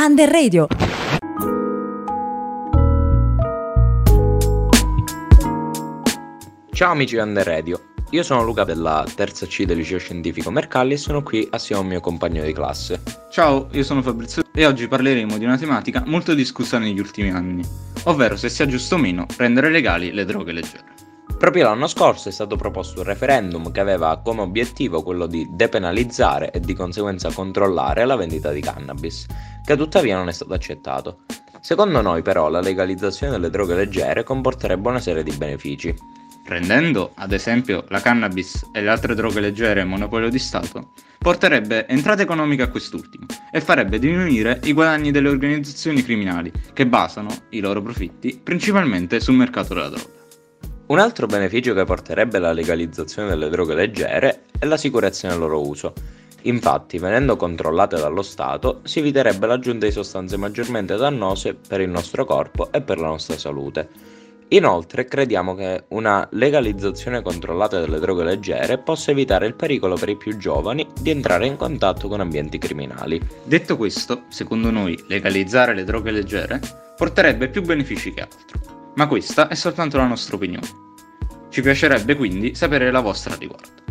Under Radio. Ciao amici di Under Radio, io sono Luca della terza C del liceo scientifico Mercalli e sono qui assieme a un mio compagno di classe. Ciao, io sono Fabrizio e oggi parleremo di una tematica molto discussa negli ultimi anni, ovvero se sia giusto o meno rendere legali le droghe leggere. Proprio l'anno scorso è stato proposto un referendum che aveva come obiettivo quello di depenalizzare e di conseguenza controllare la vendita di cannabis, che tuttavia non è stato accettato. Secondo noi però la legalizzazione delle droghe leggere comporterebbe una serie di benefici. Rendendo, ad esempio, la cannabis e le altre droghe leggere monopolio di Stato, porterebbe entrate economiche a quest'ultimo e farebbe diminuire i guadagni delle organizzazioni criminali che basano i loro profitti principalmente sul mercato della droga. Un altro beneficio che porterebbe la legalizzazione delle droghe leggere è la sicurezza nel loro uso. Infatti, venendo controllate dallo Stato, si eviterebbe l'aggiunta di sostanze maggiormente dannose per il nostro corpo e per la nostra salute. Inoltre, crediamo che una legalizzazione controllata delle droghe leggere possa evitare il pericolo per i più giovani di entrare in contatto con ambienti criminali. Detto questo, secondo noi, legalizzare le droghe leggere porterebbe più benefici che altro. Ma questa è soltanto la nostra opinione. Ci piacerebbe quindi sapere la vostra a riguardo.